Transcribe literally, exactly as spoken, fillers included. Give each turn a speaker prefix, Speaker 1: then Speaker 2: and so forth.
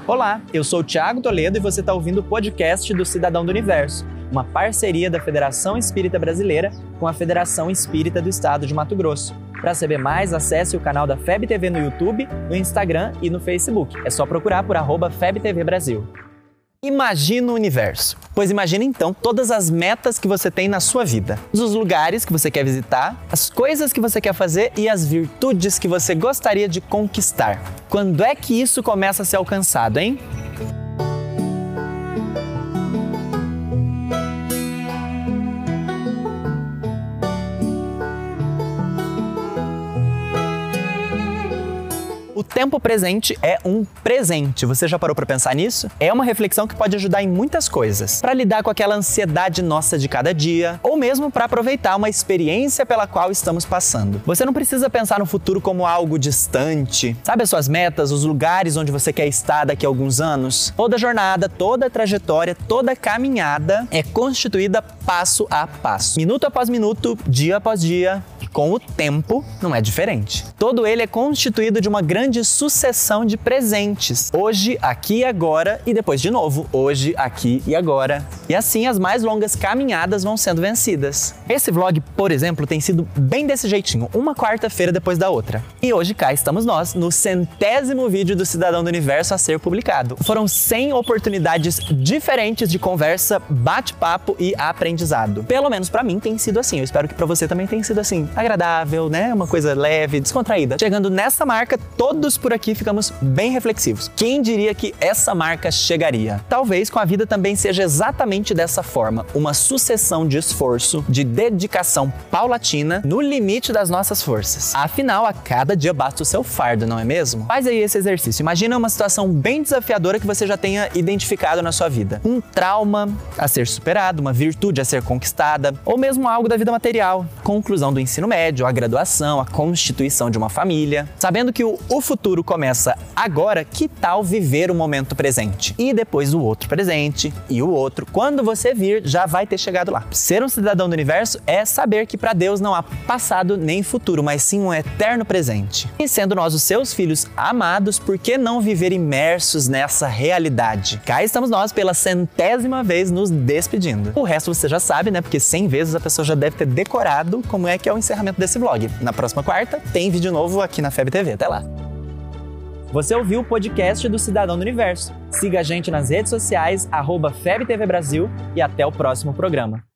Speaker 1: Olá, eu sou o Thiago Toledo e você está ouvindo o podcast do Cidadão do Universo, uma parceria da Federação Espírita Brasileira com a Federação Espírita do Estado de Mato Grosso. Para saber mais, acesse o canal da F E B T V no YouTube, no Instagram e no Facebook. É só procurar por arroba F E B T V Brasil. Imagina o universo. Pois imagina então todas as metas que você tem na sua vida. Os lugares que você quer visitar, as coisas que você quer fazer e as virtudes que você gostaria de conquistar. Quando é que isso começa a ser alcançado, hein? O tempo presente é um presente. Você já parou para pensar nisso? É uma reflexão que pode ajudar em muitas coisas. Para lidar com aquela ansiedade nossa de cada dia, ou mesmo para aproveitar uma experiência pela qual estamos passando. Você não precisa pensar no futuro como algo distante. Sabe as suas metas, os lugares onde você quer estar daqui a alguns anos? Toda jornada, toda trajetória, toda caminhada é constituída passo a passo. Minuto após minuto, dia após dia. Com o tempo, não é diferente. Todo ele é constituído de uma grande sucessão de presentes. Hoje, aqui e agora, e depois de novo, hoje, aqui e agora. E assim as mais longas caminhadas vão sendo vencidas. Esse vlog, por exemplo, tem sido bem desse jeitinho, uma quarta-feira depois da outra. E hoje cá estamos nós, no centésimo vídeo do Cidadão do Universo a ser publicado. Foram cem oportunidades diferentes de conversa, bate-papo e aprendizado. Pelo menos pra mim tem sido assim, eu espero que pra você também tenha sido assim. Agradável, né? Uma coisa leve, descontraída. Chegando nessa marca, todos por aqui ficamos bem reflexivos. Quem diria que essa marca chegaria? Talvez com a vida também seja exatamente dessa forma, uma sucessão de esforço, de dedicação paulatina no limite das nossas forças. Afinal, a cada dia basta o seu fardo, não é mesmo? Faz aí esse exercício. Imagina uma situação bem desafiadora que você já tenha identificado na sua vida. Um trauma a ser superado, uma virtude a ser conquistada, ou mesmo algo da vida material. Conclusão do ensino médio, a graduação, a constituição de uma família. Sabendo que o, o futuro começa agora, que tal viver o momento presente? E depois o outro presente, e o outro. Quando você vir, já vai ter chegado lá. Ser um cidadão do universo é saber que para Deus não há passado nem futuro, mas sim um eterno presente. E sendo nós os seus filhos amados, por que não viver imersos nessa realidade? Cá estamos nós pela centésima vez nos despedindo. O resto você já sabe, né? Porque cem vezes a pessoa já deve ter decorado como é que é o encerramento desse vlog. Na próxima quarta, tem vídeo novo aqui na F E B T V. Até lá! Você ouviu o podcast do Cidadão do Universo. Siga a gente nas redes sociais, arroba F E B T V Brasil, e até o próximo programa.